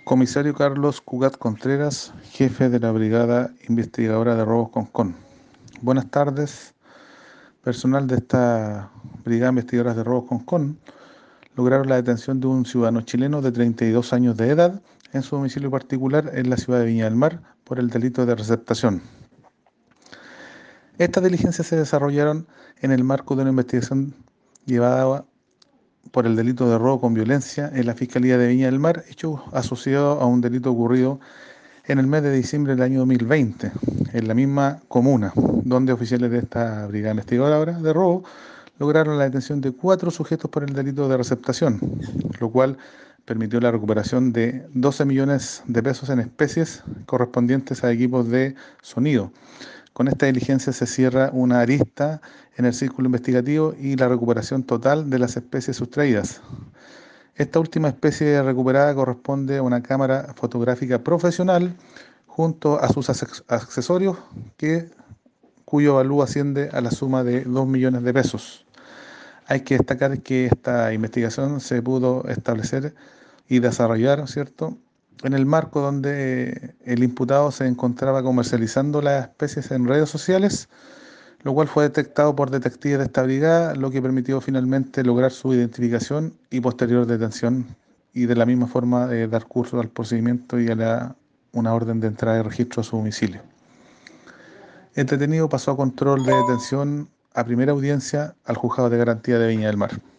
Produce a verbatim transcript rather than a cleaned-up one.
Comisario Carlos Cugat Contreras, jefe de la Brigada Investigadora de Robos Concón. Buenas tardes, personal de esta Brigada Investigadora de Robos Concón. Lograron la detención de un ciudadano chileno de treinta y dos años de edad en su domicilio particular en la ciudad de Viña del Mar por el delito de receptación. Estas diligencias se desarrollaron en el marco de una investigación llevada por el delito de robo con violencia en la Fiscalía de Viña del Mar, hecho asociado a un delito ocurrido en el mes de diciembre del año dos mil veinte, en la misma comuna, donde oficiales de esta brigada investigadora de robo lograron la detención de cuatro sujetos por el delito de receptación, lo cual permitió la recuperación de doce millones de pesos en especies correspondientes a equipos de sonido. Con esta diligencia se cierra una arista en el círculo investigativo y la recuperación total de las especies sustraídas. Esta última especie recuperada corresponde a una cámara fotográfica profesional junto a sus accesorios que, cuyo valor asciende a la suma de dos millones de pesos. Hay que destacar que esta investigación se pudo establecer y desarrollar, ¿cierto?, en el marco donde el imputado se encontraba comercializando las especies en redes sociales, lo cual fue detectado por detectives de esta brigada, lo que permitió finalmente lograr su identificación y posterior detención, y de la misma forma eh, dar curso al procedimiento y a la, una orden de entrada y registro a su domicilio. El detenido pasó a control de detención a primera audiencia al Juzgado de Garantía de Viña del Mar.